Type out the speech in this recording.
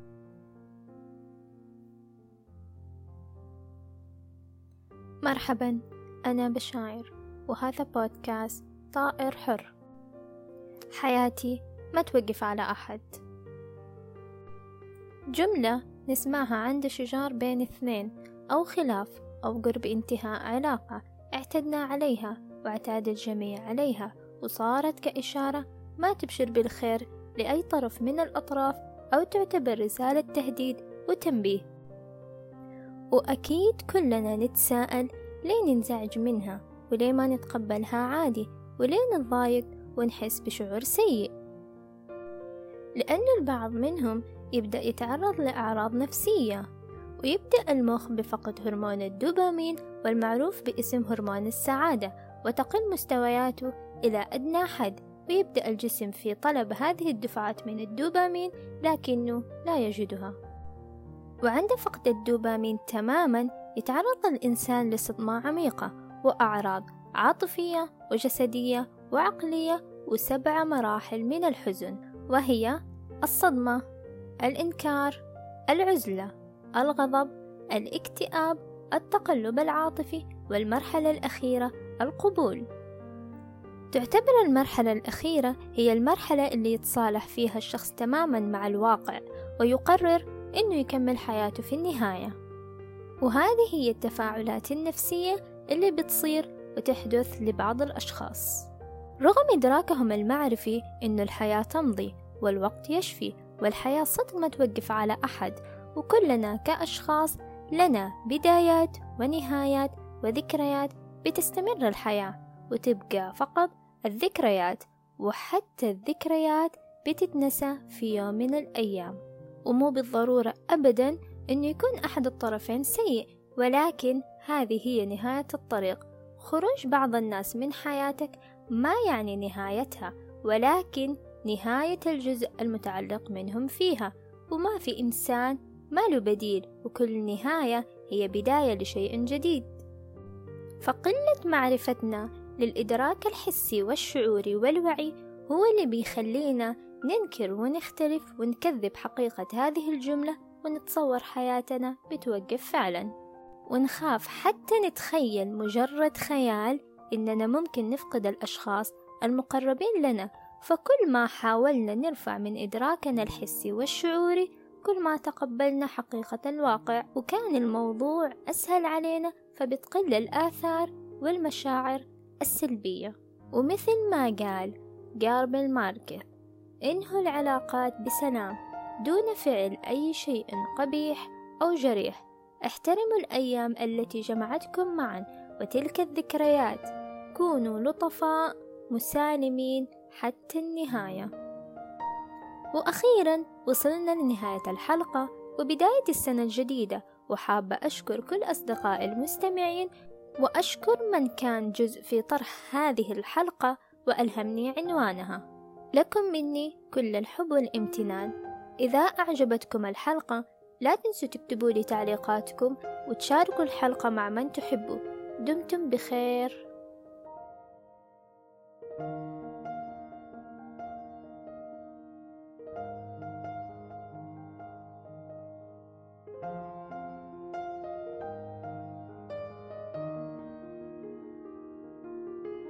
مرحبا، أنا بشاير وهذا بودكاست طائر حر. حياتي ما توقف على أحد. جملة نسمعها عند شجار بين اثنين أو خلاف أو قرب انتهاء علاقة اعتدنا عليها واعتاد الجميع عليها، وصارت كإشارة ما تبشر بالخير لأي طرف من الأطراف، أو تعتبر رسالة تهديد وتنبيه. وأكيد كلنا نتساءل ليه ننزعج منها، وليه ما نتقبلها عادي، وليه نتضايق ونحس بشعور سيء. لأن البعض منهم يبدأ يتعرض لأعراض نفسية، ويبدأ المخ بفقد هرمون الدوبامين والمعروف باسم هرمون السعادة، وتقل مستوياته إلى أدنى حد، ويبدأ الجسم في طلب هذه الدفعات من الدوبامين لكنه لا يجدها. وعند فقد الدوبامين تماما يتعرض الإنسان لصدمة عميقة وأعراض عاطفية وجسدية وعقلية، و7 مراحل من الحزن، وهي الصدمة، الإنكار، العزلة، الغضب، الاكتئاب، التقلب العاطفي، والمرحلة الأخيرة القبول. تعتبر المرحلة الأخيرة هي المرحلة اللي يتصالح فيها الشخص تماما مع الواقع ويقرر إنه يكمل حياته في النهاية. وهذه هي التفاعلات النفسية اللي بتصير وتحدث لبعض الأشخاص رغم إدراكهم المعرفي إنه الحياة تمضي والوقت يشفي، والحياة صدق ما توقف على أحد، وكلنا كأشخاص لنا بدايات ونهايات وذكريات، بتستمر الحياة وتبقى فقط الذكريات، وحتى الذكريات بتتنسى في يوم من الأيام. ومو بالضرورة أبدا أنه يكون أحد الطرفين سيء، ولكن هذه هي نهاية الطريق. خروج بعض الناس من حياتك ما يعني نهايتها، ولكن نهاية الجزء المتعلق منهم فيها. وما في إنسان ما له بديل، وكل نهاية هي بداية لشيء جديد. فقلة معرفتنا للإدراك الحسي والشعوري والوعي هو اللي بيخلينا ننكر ونختلف ونكذب حقيقة هذه الجملة، ونتصور حياتنا بتوقف فعلا، ونخاف حتى نتخيل مجرد خيال إننا ممكن نفقد الأشخاص المقربين لنا. فكل ما حاولنا نرفع من إدراكنا الحسي والشعوري، كل ما تقبلنا حقيقة الواقع، وكان الموضوع أسهل علينا، فبتقل الآثار والمشاعر السلبية. ومثل ما قال غاربل ماركيز: انهوا العلاقات بسلام دون فعل أي شيء قبيح أو جريح. احترموا الأيام التي جمعتكم معا وتلك الذكريات. كونوا لطفاء مسالمين حتى النهاية. وأخيرا وصلنا لنهاية الحلقة وبداية السنة الجديدة، وحابة أشكر كل أصدقائي المستمعين، وأشكر من كان جزء في طرح هذه الحلقة وألهمني عنوانها. لكم مني كل الحب والامتنان. إذا أعجبتكم الحلقة لا تنسوا تكتبوا لي تعليقاتكم وتشاركوا الحلقة مع من تحبوا. دمتم بخير.